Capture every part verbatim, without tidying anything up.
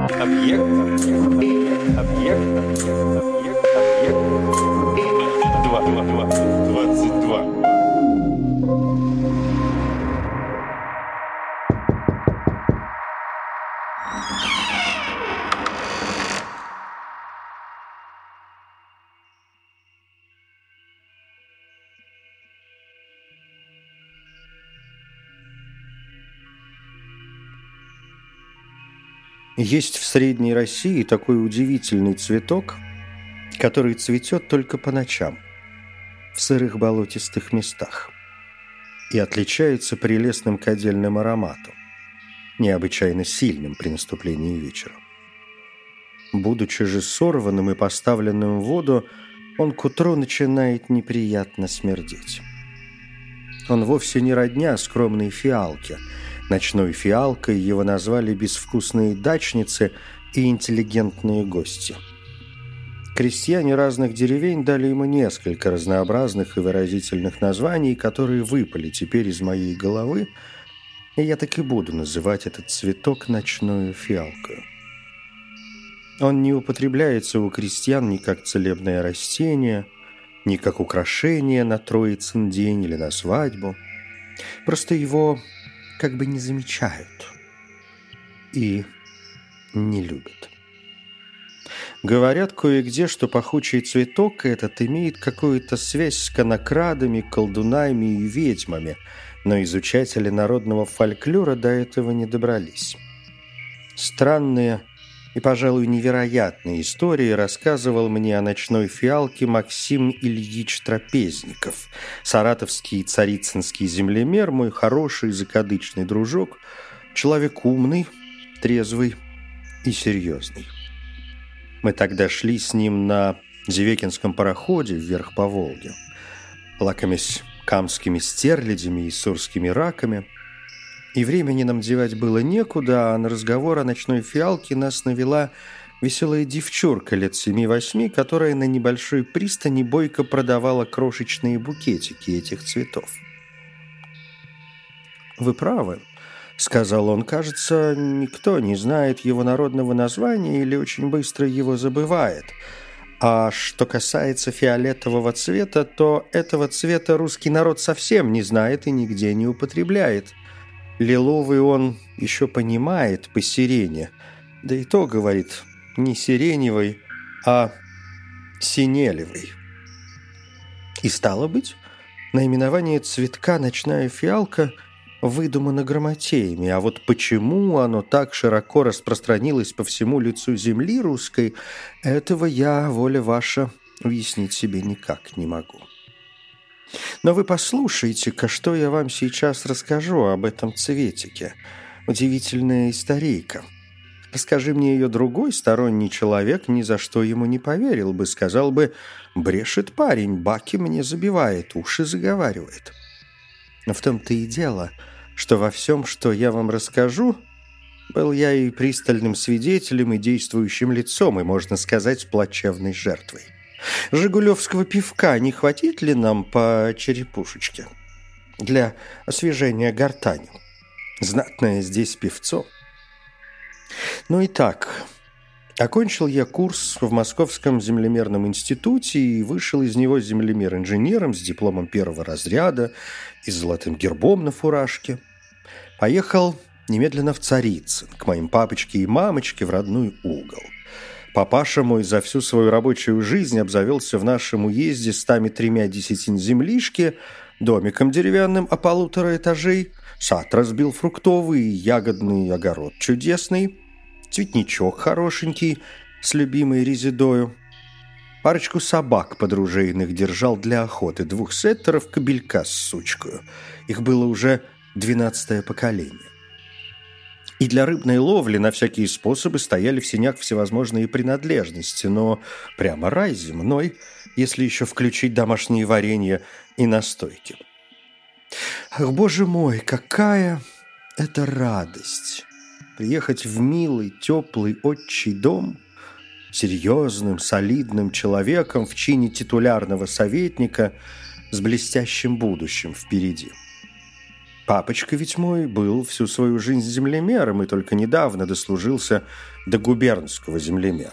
Объект. Объект. Объект. Объект. Два. Два. Два. Двадцать два. Есть в Средней России такой удивительный цветок, который цветет только по ночам, в сырых болотистых местах, и отличается прелестным кадильным ароматом, необычайно сильным при наступлении вечера. Будучи же сорванным и поставленным в воду, он к утру начинает неприятно смердеть. Он вовсе не родня скромной фиалки. Ночной фиалкой его назвали безвкусные дачницы и интеллигентные гости. Крестьяне разных деревень дали ему несколько разнообразных и выразительных названий, которые выпали теперь из моей головы, и я так и буду называть этот цветок ночною фиалкою. Он не употребляется у крестьян ни как целебное растение, ни как украшение на Троицын день или на свадьбу. Просто его как бы не замечают и не любят. Говорят кое-где, что пахучий цветок этот имеет какую-то связь с конокрадами, колдунами и ведьмами, но изучатели народного фольклора до этого не добрались. Странные и, пожалуй, невероятные истории рассказывал мне о ночной фиалке Максим Ильич Трапезников, саратовский и царицынский землемер, мой хороший закадычный дружок, человек умный, трезвый и серьезный. Мы тогда шли с ним на Зевекинском пароходе вверх по Волге, лакомясь камскими стерлядями и сурскими раками, и времени нам девать было некуда, а на разговор о ночной фиалке нас навела веселая девчурка лет семи-восьми, которая на небольшой пристани бойко продавала крошечные букетики этих цветов. «Вы правы», — сказал он, — «кажется, никто не знает его народного названия или очень быстро его забывает. А что касается фиолетового цвета, то этого цвета русский народ совсем не знает и нигде не употребляет. Лиловый он еще понимает по сирене, да и то, говорит, не сиреневый, а синелевый. И стало быть, наименование цветка «ночная фиалка» выдумано грамотеями, а вот почему оно так широко распространилось по всему лицу земли русской, этого я, воля ваша, уяснить себе никак не могу. Но вы послушайте-ка, что я вам сейчас расскажу об этом цветике. Удивительная историйка. Расскажи мне ее другой сторонний человек, ни за что ему не поверил бы, сказал бы: брешет парень, баки мне забивает, уши заговаривает. Но в том-то и дело, что во всем, что я вам расскажу, был я и пристальным свидетелем, и действующим лицом, и, можно сказать, плачевной жертвой. Жигулевского пивка не хватит ли нам по черепушечке для освежения гортани? Знатное здесь пивцо. Ну и так, окончил я курс в Московском землемерном институте и вышел из него землемер-инженером с дипломом первого разряда и с золотым гербом на фуражке. Поехал немедленно в Царицын, к моим папочке и мамочке в родной угол. Папаша мой за всю свою рабочую жизнь обзавелся в нашем уезде стами тремя десятин землишки, домиком деревянным о полутора этажей, сад разбил фруктовый, ягодный огород чудесный, цветничок хорошенький с любимой резидою, парочку собак подружейных держал для охоты, двух сеттеров, кобелька с сучкою. Их было уже двенадцатое поколение. И для рыбной ловли на всякие способы стояли в сенях всевозможные принадлежности, но прямо рай земной, если еще включить домашние варенья и настойки. Ах, боже мой, какая это радость! Приехать в милый, теплый отчий дом серьезным, солидным человеком в чине титулярного советника с блестящим будущим впереди. Папочка ведь мой был всю свою жизнь землемером и только недавно дослужился до губернского землемера.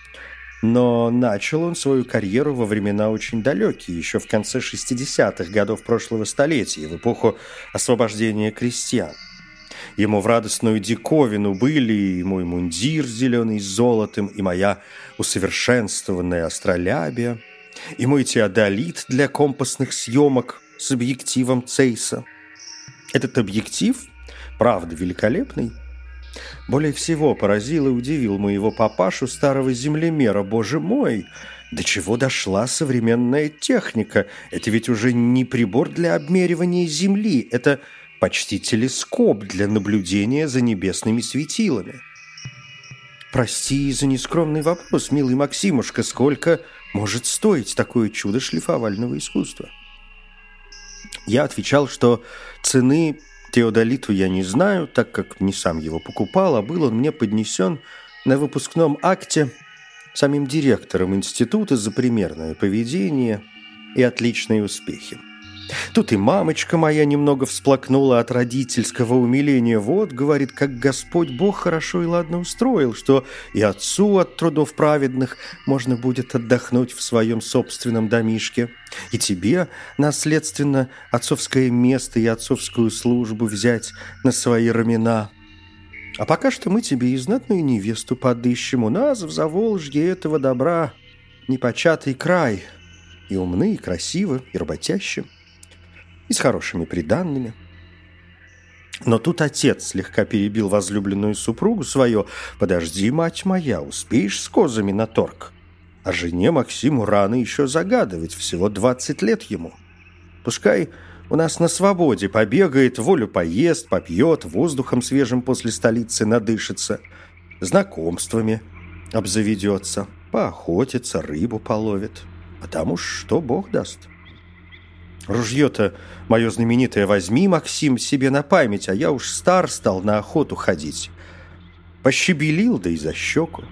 Но начал он свою карьеру во времена очень далекие, еще в конце шестидесятых годов прошлого столетия, в эпоху освобождения крестьян. Ему в радостную диковину были и мой мундир зеленый с золотом, и моя усовершенствованная астролябия, и мой теодолит для компасных съемок с объективом Цейса. Этот объектив, правда, великолепный, более всего поразил и удивил моего папашу, старого землемера. Боже мой, до чего дошла современная техника? Это ведь уже не прибор для обмеривания Земли, это почти телескоп для наблюдения за небесными светилами. Прости за нескромный вопрос, милый Максимушка, сколько может стоить такое чудо шлифовального искусства? Я отвечал, что цены теодолиту я не знаю, так как не сам его покупал, а был он мне поднесен на выпускном акте самим директором института за примерное поведение и отличные успехи. Тут и мамочка моя немного всплакнула от родительского умиления. Вот, говорит, как Господь Бог хорошо и ладно устроил, что и отцу от трудов праведных можно будет отдохнуть в своем собственном домишке, и тебе, наследственно, отцовское место и отцовскую службу взять на свои рамена. А пока что мы тебе и знатную невесту подыщем. У нас в Заволжье этого добра непочатый край, и умны, и красивы, и работящие, и с хорошими приданными. Но тут отец слегка перебил возлюбленную супругу свою. «Подожди, мать моя, успеешь с козами на торг? А жене Максиму рано еще загадывать, всего двадцать лет ему. Пускай у нас на свободе побегает, волю поест, попьет, воздухом свежим после столицы надышится, знакомствами обзаведется, поохотится, рыбу половит. Потому что Бог даст. Ружье-то мое знаменитое возьми, Максим, себе на память, а я уж стар стал на охоту ходить. Пощебелил, да и за щеку.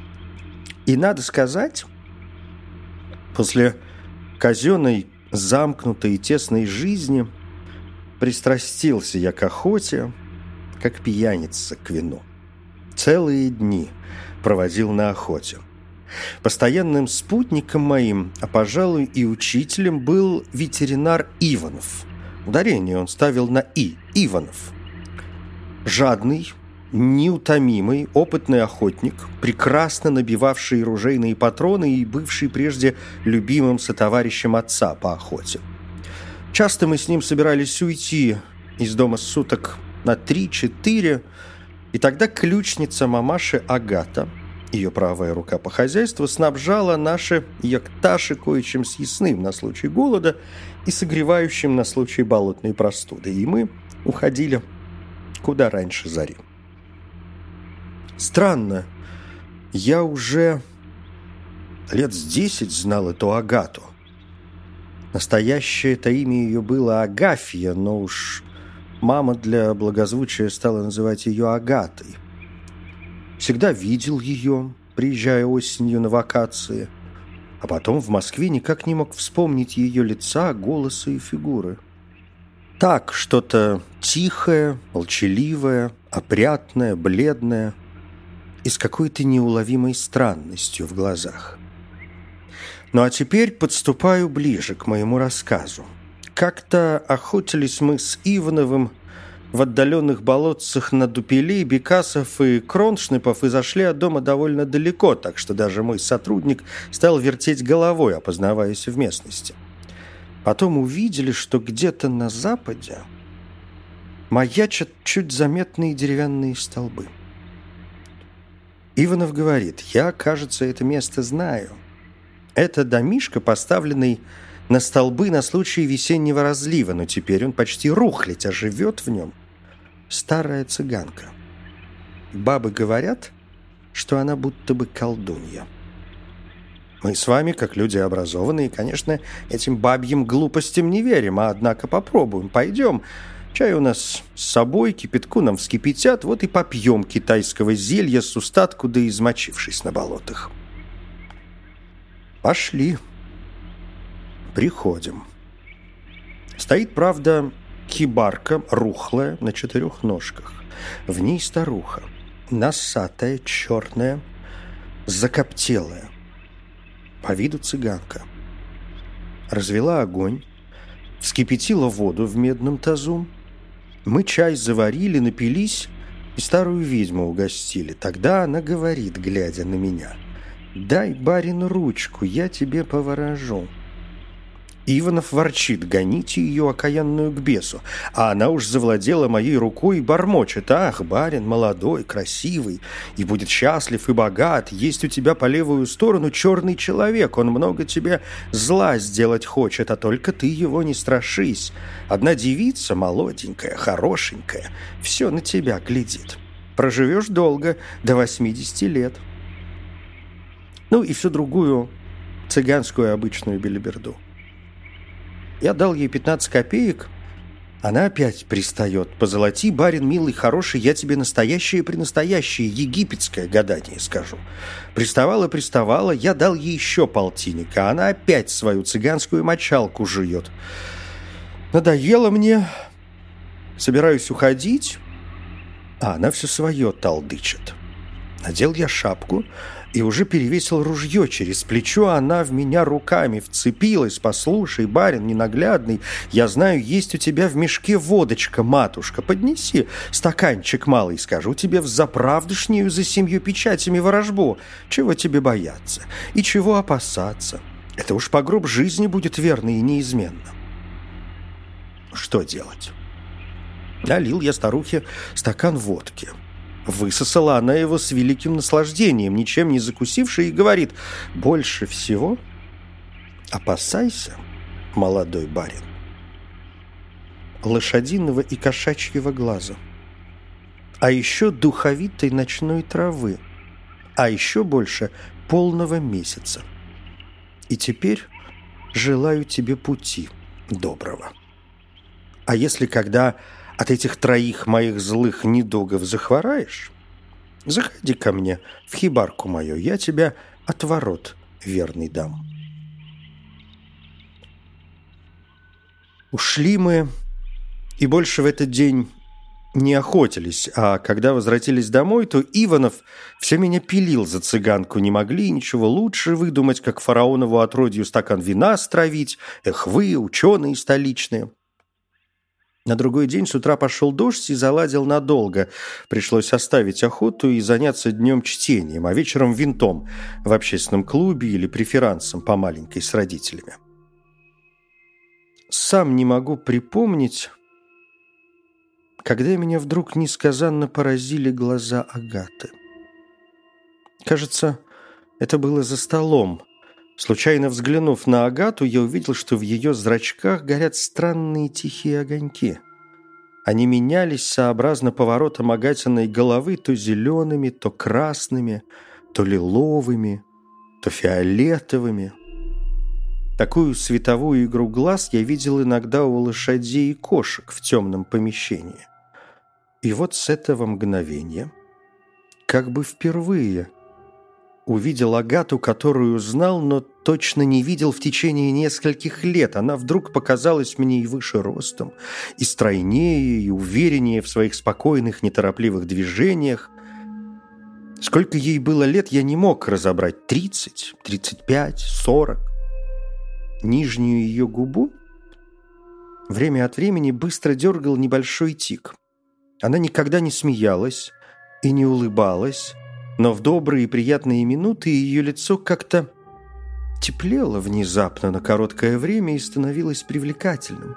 И надо сказать, после казенной, замкнутой и тесной жизни пристрастился я к охоте, как пьяница к вину. Целые дни проводил на охоте. Постоянным спутником моим, а, пожалуй, и учителем был ветеринар Иванов. Ударение он ставил на «и» – Иванов. Жадный, неутомимый, опытный охотник, прекрасно набивавший ружейные патроны и бывший прежде любимым сотоварищем отца по охоте. Часто мы с ним собирались уйти из дома суток на три-четыре, и тогда ключница мамаши Агата, ее правая рука по хозяйству, снабжала наши якташи кое-чем съестным на случай голода и согревающим на случай болотной простуды. И мы уходили куда раньше зари. Странно, я уже лет с десять знал эту Агату. Настоящее-то имя ее было Агафья, но уж мама для благозвучия стала называть ее Агатой. Всегда видел ее, приезжая осенью на вакации, а потом в Москве никак не мог вспомнить ее лица, голоса и фигуры. Так, что-то тихое, молчаливое, опрятное, бледное и с какой-то неуловимой странностью в глазах. Ну а теперь подступаю ближе к моему рассказу. Как-то охотились мы с Ивановым в отдаленных болотцах на дупелей, бекасов и кроншнепов и зашли от дома довольно далеко, так что даже мой сотрудник стал вертеть головой, опознаваясь в местности. Потом увидели, что где-то на западе маячат чуть заметные деревянные столбы. Иванов говорит: «Я, кажется, это место знаю. Это домишко, поставленный на столбы на случай весеннего разлива, но теперь он почти рухлядь, а живет в нем старая цыганка. Бабы говорят, что она будто бы колдунья. Мы с вами, как люди образованные, конечно, этим бабьим глупостям не верим, а однако попробуем. Пойдем. Чай у нас с собой, кипятку нам вскипятят, вот и попьем китайского зелья с устатку, да измочившись на болотах». Пошли. Приходим. Стоит, правда, Хибарка рухлая на четырех ножках. В ней старуха, носатая, черная, закоптелая. По виду цыганка. Развела огонь, вскипятила воду в медном тазу. Мы чай заварили, напились и старую ведьму угостили. Тогда она говорит, глядя на меня: «Дай, барин, ручку, я тебе поворожу». Иванов ворчит: «Гоните ее окаянную к бесу». А она уж завладела моей рукой и бормочет: «Ах, барин молодой, красивый, и будет счастлив и богат. Есть у тебя по левую сторону черный человек, он много тебе зла сделать хочет, а только ты его не страшись. Одна девица молоденькая, хорошенькая, все на тебя глядит. Проживешь долго, до восьмидесяти лет». Ну и всю другую цыганскую обычную белиберду. Я дал ей пятнадцать копеек, она опять пристает: «Позолоти, барин милый, хороший, я тебе настоящее-пренастоящее египетское гадание скажу». Приставала-приставала, я дал ей еще полтинника, она опять свою цыганскую мочалку жует. Надоело мне, собираюсь уходить, а она все свое толдычит. Надел я шапку и уже перевесил ружье через плечо, она в меня руками вцепилась: «Послушай, барин ненаглядный, я знаю, есть у тебя в мешке водочка, матушка. Поднеси стаканчик малый, скажу тебе взаправдышнюю за семью печатями ворожбу. Чего тебе бояться и чего опасаться? Это уж по гроб жизни будет верно и неизменно». Что делать? Налил я старухе стакан водки. Высосала она его с великим наслаждением, ничем не закусивши, и говорит: «Больше всего опасайся, молодой барин, лошадиного и кошачьего глаза, а еще духовитой ночной травы, а еще больше полного месяца. И теперь желаю тебе пути доброго. А если когда от этих троих моих злых недугов захвораешь, заходи ко мне в хибарку мою, я тебя отворот верный дам». Ушли мы, и больше в этот день не охотились, а когда возвратились домой, то Иванов все меня пилил за цыганку. Не могли ничего лучше выдумать, как фараонову отродью стакан вина стравить. Эх вы, ученые столичные. На другой день с утра пошел дождь и заладил надолго. Пришлось оставить охоту и заняться днем чтением, а вечером винтом в общественном клубе или преферансом по маленькой с родителями. Сам не могу припомнить, когда меня вдруг несказанно поразили глаза Агаты. Кажется, это было за столом. Случайно взглянув на Агату, я увидел, что в ее зрачках горят странные тихие огоньки. Они менялись сообразно поворотам Агатиной головы то зелеными, то красными, то лиловыми, то фиолетовыми. Такую световую игру глаз я видел иногда у лошадей и кошек в темном помещении. И вот с этого мгновения, как бы впервые, увидел Агату, которую знал, но точно не видел в течение нескольких лет. Она вдруг показалась мне и выше ростом, и стройнее, и увереннее в своих спокойных, неторопливых движениях. Сколько ей было лет, я не мог разобрать. Тридцать, тридцать пять, сорок. Нижнюю ее губу время от времени быстро дергал небольшой тик. Она никогда не смеялась и не улыбалась, но в добрые и приятные минуты ее лицо как-то теплело внезапно на короткое время и становилось привлекательным.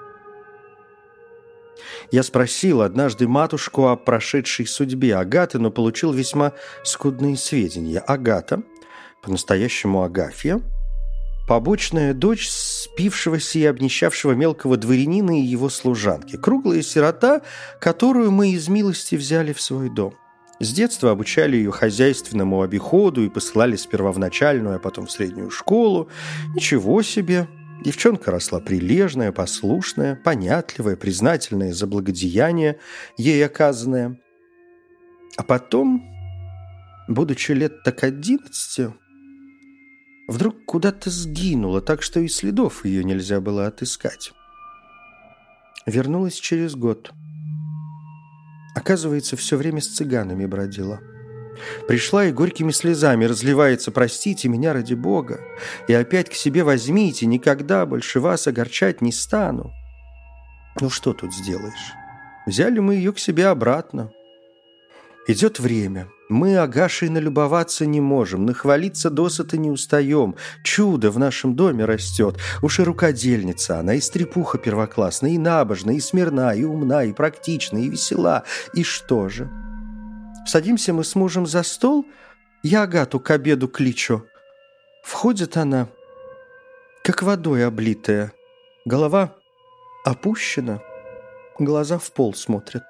Я спросил однажды матушку о прошедшей судьбе Агаты, но получил весьма скудные сведения. Агата, по-настоящему Агафья, побочная дочь спившегося и обнищавшего мелкого дворянина и его служанки, круглая сирота, которую мы из милости взяли в свой дом. С детства обучали ее хозяйственному обиходу и посылали сперва в начальную, а потом в среднюю школу. Ничего себе! Девчонка росла прилежная, послушная, понятливая, признательная за благодеяние, ей оказанное. А потом, будучи лет так одиннадцати, вдруг куда-то сгинула, так что и следов ее нельзя было отыскать. Вернулась через год. Оказывается, все время с цыганами бродила. Пришла и горькими слезами разливается: «Простите меня ради Бога, и опять к себе возьмите, никогда больше вас огорчать не стану». Ну что тут сделаешь? Взяли мы ее к себе обратно. Идет время. Мы Агашей налюбоваться не можем, нахвалиться досыта не устаем. Чудо в нашем доме растет. Уж и рукодельница она, и стрепуха первоклассная, и набожная, и смирна, и умна, и практична, и весела. И что же? Садимся мы с мужем за стол, я Агату к обеду кличу. Входит она, как водой облитая, голова опущена, глаза в пол смотрят.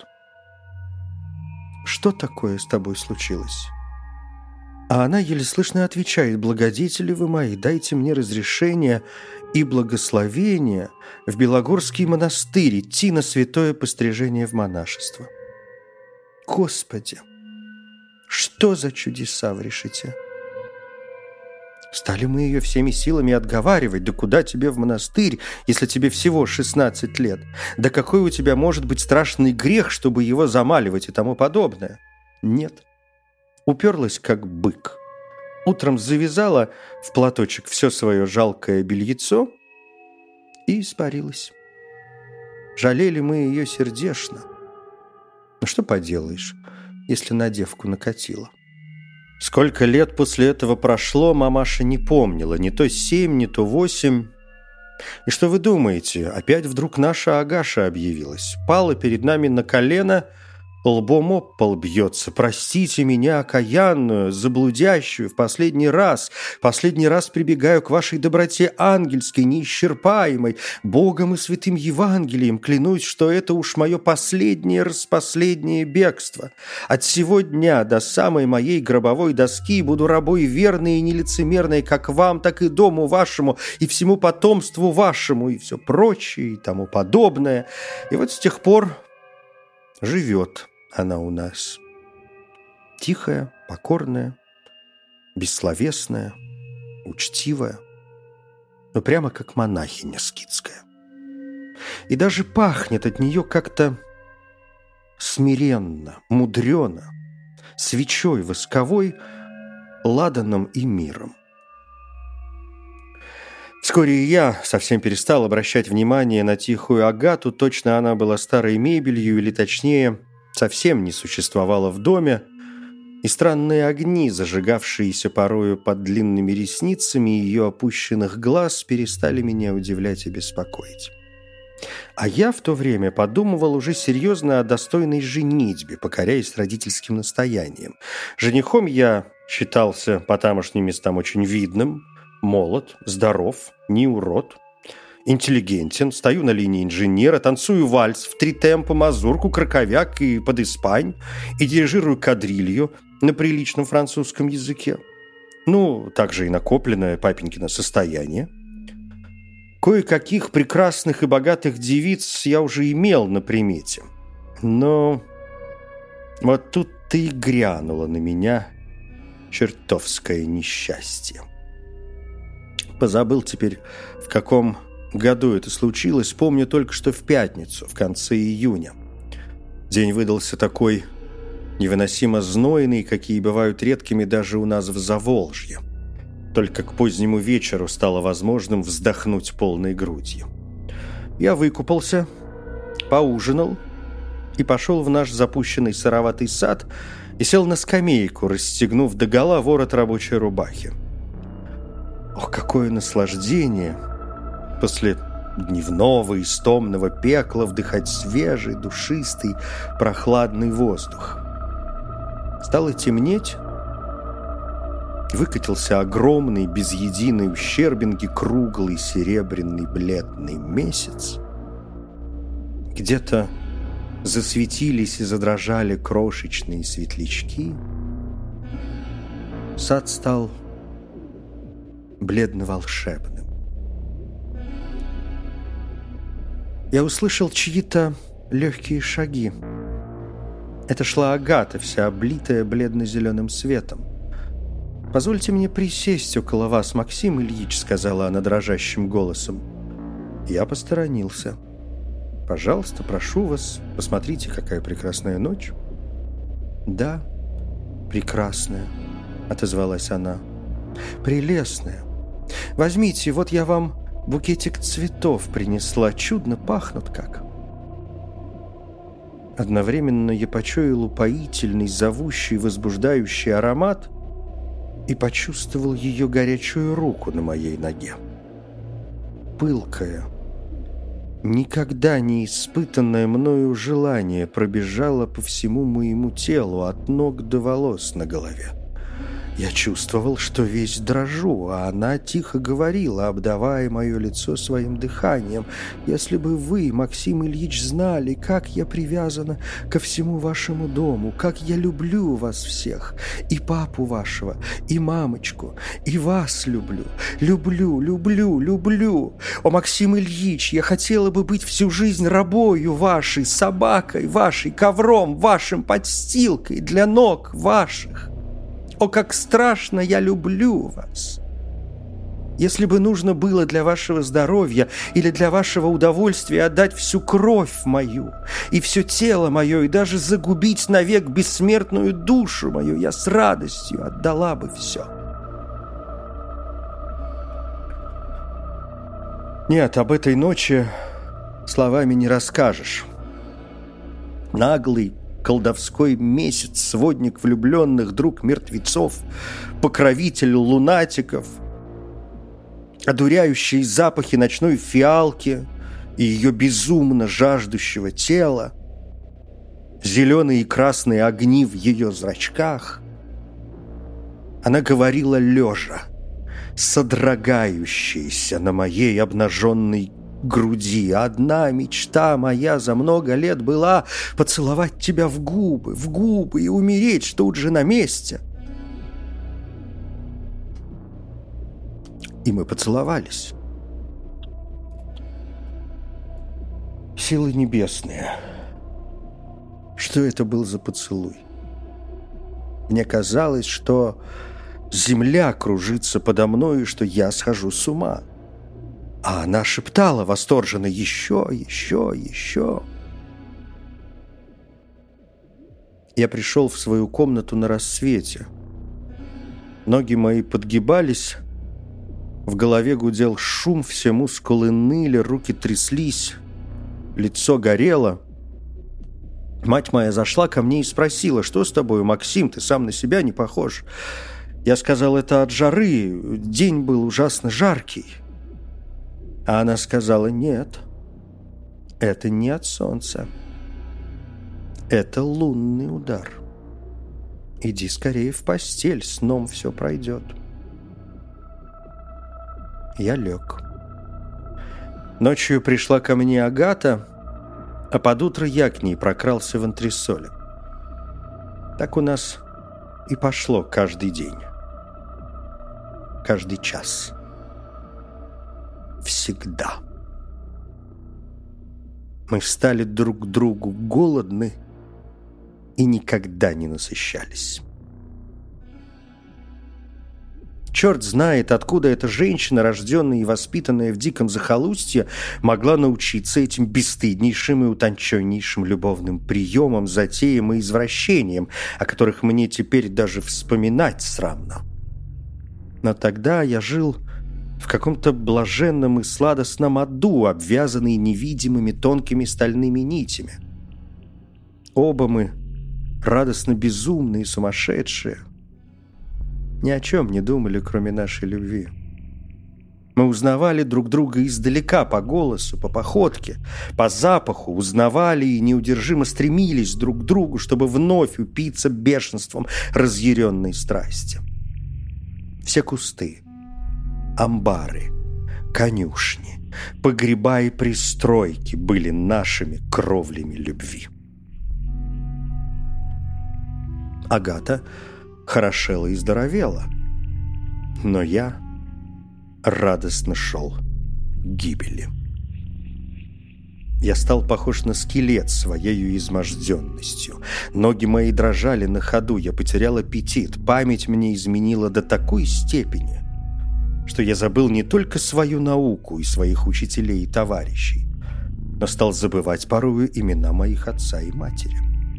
«Что такое с тобой случилось?» А она еле слышно отвечает: «Благодетели вы мои, дайте мне разрешение и благословение в Белогорский монастырь идти на святое пострижение в монашество». Господи, что за чудеса врешите? Стали мы ее всеми силами отговаривать: да куда тебе в монастырь, если тебе всего шестнадцать лет? Да какой у тебя может быть страшный грех, чтобы его замаливать и тому подобное? Нет. Уперлась, как бык. Утром завязала в платочек все свое жалкое бельецо и испарилась. Жалели мы ее сердечно. Ну что поделаешь, если на девку накатила? Сколько лет после этого прошло, мамаша не помнила. Не то семь, не то восемь. И что вы думаете? Опять вдруг наша Агаша объявилась. Пала перед нами на колено, лбом об пол бьется. «Простите меня, окаянную, заблудящую, в последний раз. Последний раз прибегаю к вашей доброте ангельской, неисчерпаемой. Богом и святым Евангелием клянусь, что это уж мое последнее распоследнее бегство. От сего дня до самой моей гробовой доски буду рабой верной и нелицемерной как вам, так и дому вашему, и всему потомству вашему, и все прочее, и тому подобное». И вот с тех пор живет она у нас. Тихая, покорная, бессловесная, учтивая, но прямо как монахиня скитская. И даже пахнет от нее как-то смиренно, мудрено, свечой восковой, ладаном и миром. Вскоре и я совсем перестал обращать внимание на тихую Агату. Точно она была старой мебелью, или точнее, совсем не существовала в доме, и странные огни, зажигавшиеся порою под длинными ресницами ее опущенных глаз, перестали меня удивлять и беспокоить. А я в то время подумывал уже серьезно о достойной женитьбе, покоряясь родительским настояниям. Женихом я считался по тамошним местам очень видным, молод, здоров, не урод, интеллигентен, стою на линии инженера, танцую вальс в три темпа, мазурку, краковяк и под испань, и дирижирую кадрилью на приличном французском языке. Ну, также и накопленное папенькино состояние. Кое-каких прекрасных и богатых девиц я уже имел на примете. Но вот тут-то и грянуло на меня чертовское несчастье. Позабыл теперь, в каком году это случилось. Помню только, что в пятницу, в конце июня. День выдался такой невыносимо знойный, какие бывают редкими даже у нас в Заволжье. Только к позднему вечеру стало возможным вздохнуть полной грудью. Я выкупался, поужинал и пошел в наш запущенный сыроватый сад и сел на скамейку, расстегнув догола ворот рабочей рубахи. Ох, какое наслаждение после дневного истомного пекла вдыхать свежий, душистый, прохладный воздух. Стало темнеть, выкатился огромный, без единой ущербинки, круглый, серебряный, бледный месяц. Где-то засветились и задрожали крошечные светлячки. Сад стал бледно-волшебным. Я услышал чьи-то легкие шаги. Это шла Агата, вся облитая бледно-зеленым светом. «Позвольте мне присесть около вас, Максим Ильич», — сказала она дрожащим голосом. Я посторонился. Пожалуйста, прошу вас, посмотрите, какая прекрасная ночь». «Да, прекрасная», — отозвалась она. «Прелестная. Возьмите, вот я вам букетик цветов принесла. Чудно пахнут как». Одновременно я почуял упоительный, зовущий, возбуждающий аромат и почувствовал ее горячую руку на моей ноге. Пылкое, никогда не испытанное мною желание пробежало по всему моему телу от ног до волос на голове. Я чувствовал, что весь дрожу, а она тихо говорила, обдавая мое лицо своим дыханием: «Если бы вы, Максим Ильич, знали, как я привязана ко всему вашему дому, как я люблю вас всех, и папу вашего, и мамочку, и вас люблю, люблю, люблю, люблю. О, Максим Ильич, я хотела бы быть всю жизнь рабою вашей, собакой вашей, ковром вашим, подстилкой для ног ваших. О, как страшно я люблю вас! Если бы нужно было для вашего здоровья или для вашего удовольствия отдать всю кровь мою и все тело мое, и даже загубить навек бессмертную душу мою, я с радостью отдала бы все». Нет, об этой ночи словами не расскажешь. Наглый, колдовской месяц, сводник влюбленных, друг мертвецов, покровитель лунатиков, одуряющие запахи ночной фиалки и ее безумно жаждущего тела, зеленые и красные огни в ее зрачках. Она говорила лежа, содрогающаяся на моей обнаженной груди. Одна мечта моя за много лет была поцеловать тебя в губы, в губы и умереть тут же на месте. И мы поцеловались. Силы небесные, что это был за поцелуй? Мне казалось, что земля кружится подо мной, и что я схожу с ума. А она шептала восторженно: «Еще, еще, еще». Я пришел в свою комнату на рассвете. Ноги мои подгибались, в голове гудел шум, все мускулы ныли, руки тряслись, лицо горело. Мать моя зашла ко мне и спросила: «Что с тобой, Максим? Ты сам на себя не похож». Я сказал: «Это от жары, день был ужасно жаркий». А она сказала: «Нет, это не от солнца. Это лунный удар. Иди скорее в постель, сном все пройдет». Я лег. Ночью пришла ко мне Агата, а под утро я к ней прокрался в антресоле. Так у нас и пошло каждый день, каждый час. Всегда. Мы стали друг к другу голодны и никогда не насыщались. Черт знает, откуда эта женщина, рожденная и воспитанная в диком захолустье, могла научиться этим бесстыднейшим и утонченнейшим любовным приемам, затеям и извращениям, о которых мне теперь даже вспоминать срамно. Но тогда я жил в каком-то блаженном и сладостном аду, обвязанный невидимыми тонкими стальными нитями. Оба мы радостно безумные и сумасшедшие. Ни о чем не думали, кроме нашей любви. Мы узнавали друг друга издалека, по голосу, по походке, по запаху, узнавали и неудержимо стремились друг к другу, чтобы вновь упиться бешенством разъяренной страсти. Все кусты, амбары, конюшни, погреба и пристройки были нашими кровлями любви. Агата хорошела и здоровела, но я радостно шел к гибели. Я стал похож на скелет своей изможденностью. Ноги мои дрожали на ходу, я потерял аппетит, память мне изменила до такой степени, что я забыл не только свою науку и своих учителей и товарищей, но стал забывать порою имена моих отца и матери.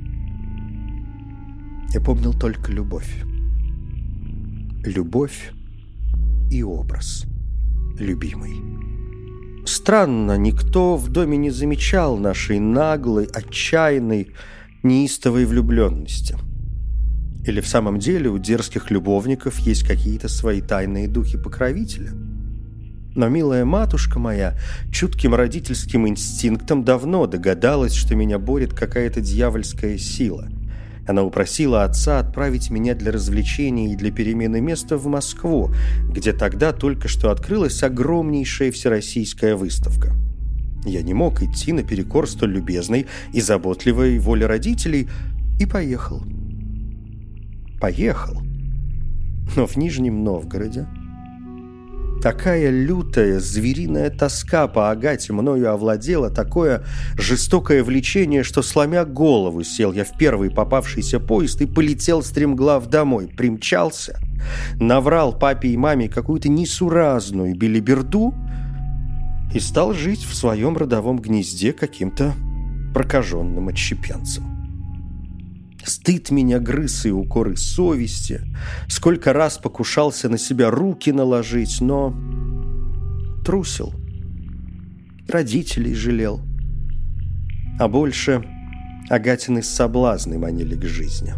Я помнил только любовь. Любовь и образ любимый. Странно, никто в доме не замечал нашей наглой, отчаянной, неистовой влюбленности. Или в самом деле у дерзких любовников есть какие-то свои тайные духи-покровителя? Но милая матушка моя чутким родительским инстинктом давно догадалась, что меня борет какая-то дьявольская сила. Она упросила отца отправить меня для развлечения и для перемены места в Москву, где тогда только что открылась огромнейшая всероссийская выставка. Я не мог идти наперекор столь любезной и заботливой воле родителей и поехал. Поехал. Но в Нижнем Новгороде такая лютая звериная тоска по Агате мною овладела, такое жестокое влечение, что, сломя голову, сел я в первый попавшийся поезд и полетел стремглав домой. Примчался, наврал папе и маме какую-то несуразную белиберду и стал жить в своем родовом гнезде каким-то прокаженным отщепенцем. Стыд меня грыз и укоры совести. Сколько раз покушался на себя руки наложить, но трусил. Родителей жалел. А больше Агатины соблазны манили к жизни.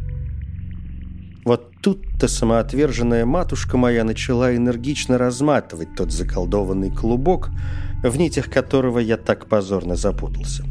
Вот тут-то самоотверженная матушка моя начала энергично разматывать тот заколдованный клубок, в нитях которого я так позорно запутался.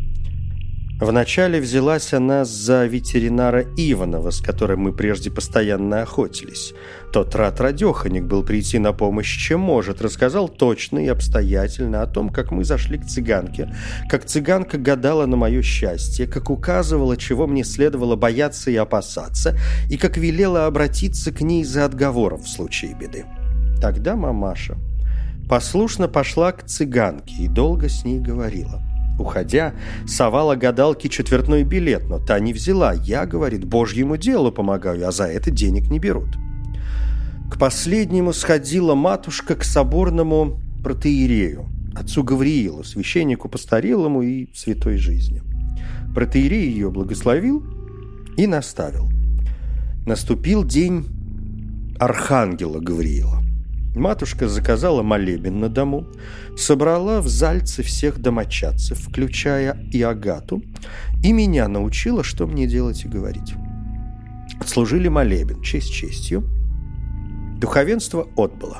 Вначале взялась она за ветеринара Иванова, с которым мы прежде постоянно охотились. Тот рад-радеханик был прийти на помощь, чем может, рассказал точно и обстоятельно о том, как мы зашли к цыганке, как цыганка гадала на мое счастье, как указывала, чего мне следовало бояться и опасаться, и как велела обратиться к ней за отговором в случае беды. Тогда мамаша послушно пошла к цыганке и долго с ней говорила. Уходя, совала гадалке четвертной билет, но та не взяла. Я, говорит, божьему делу помогаю, а за это денег не берут. К последнему сходила матушка к соборному протоиерею, отцу Гавриилу, священнику постарелому и святой жизни. Протоиерей ее благословил и наставил. Наступил день архангела Гавриила. Матушка заказала молебен на дому, собрала в зальце всех домочадцев, включая и Агату, и меня научила, что мне делать и говорить. Отслужили молебен, честь честью. Духовенство отбыло.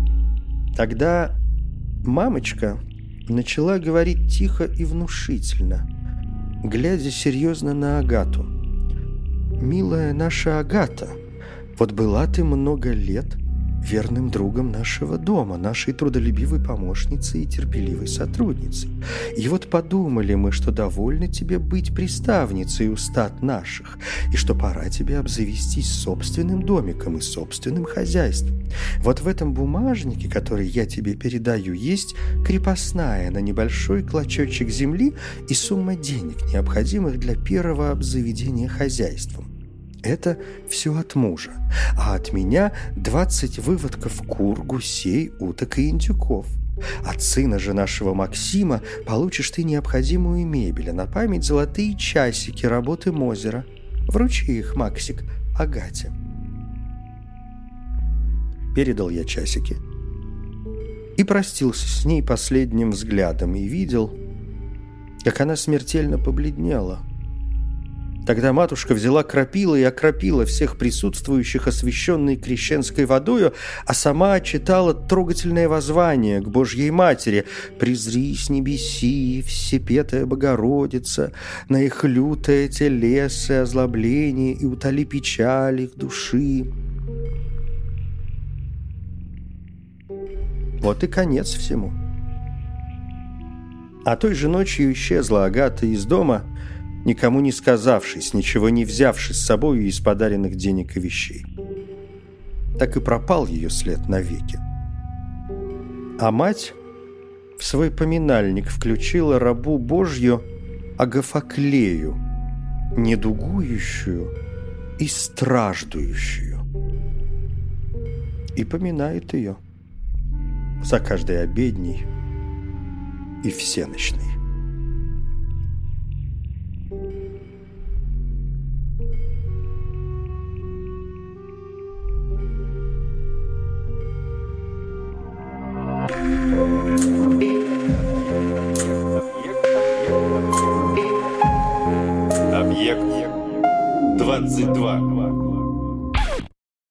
Тогда мамочка начала говорить тихо и внушительно, глядя серьезно на Агату. «Милая наша Агата, вот была ты много лет верным другом нашего дома, нашей трудолюбивой помощницей и терпеливой сотрудницей. И вот подумали мы, что довольно тебе быть приставницей у стад наших, и что пора тебе обзавестись собственным домиком и собственным хозяйством. Вот в этом бумажнике, который я тебе передаю, есть крепостная на небольшой клочочек земли и сумма денег, необходимых для первого обзаведения хозяйством. Это все от мужа, а от меня двадцать выводков кур, гусей, уток и индюков. От сына же нашего Максима получишь ты необходимую мебель, а на память золотые часики работы Мозера. Вручи их, Максик, Агате». Передал я часики и простился с ней последним взглядом и видел, как она смертельно побледнела. Тогда матушка взяла крапила и окропила всех присутствующих освященной крещенской водою, а сама читала трогательное воззвание к Божьей Матери: «Презри с небеси, всепетая Богородица, на их лютое телесы озлобление и утоли печаль их души». Вот и конец всему. А той же ночью исчезла Агата из дома, никому не сказавшись, ничего не взявши с собою из подаренных денег и вещей. Так и пропал ее след навеки. А мать в свой поминальник включила рабу Божью Агафоклею, недугующую и страждующую, и поминает ее за каждой обедней и всенощной. Объект двадцать два.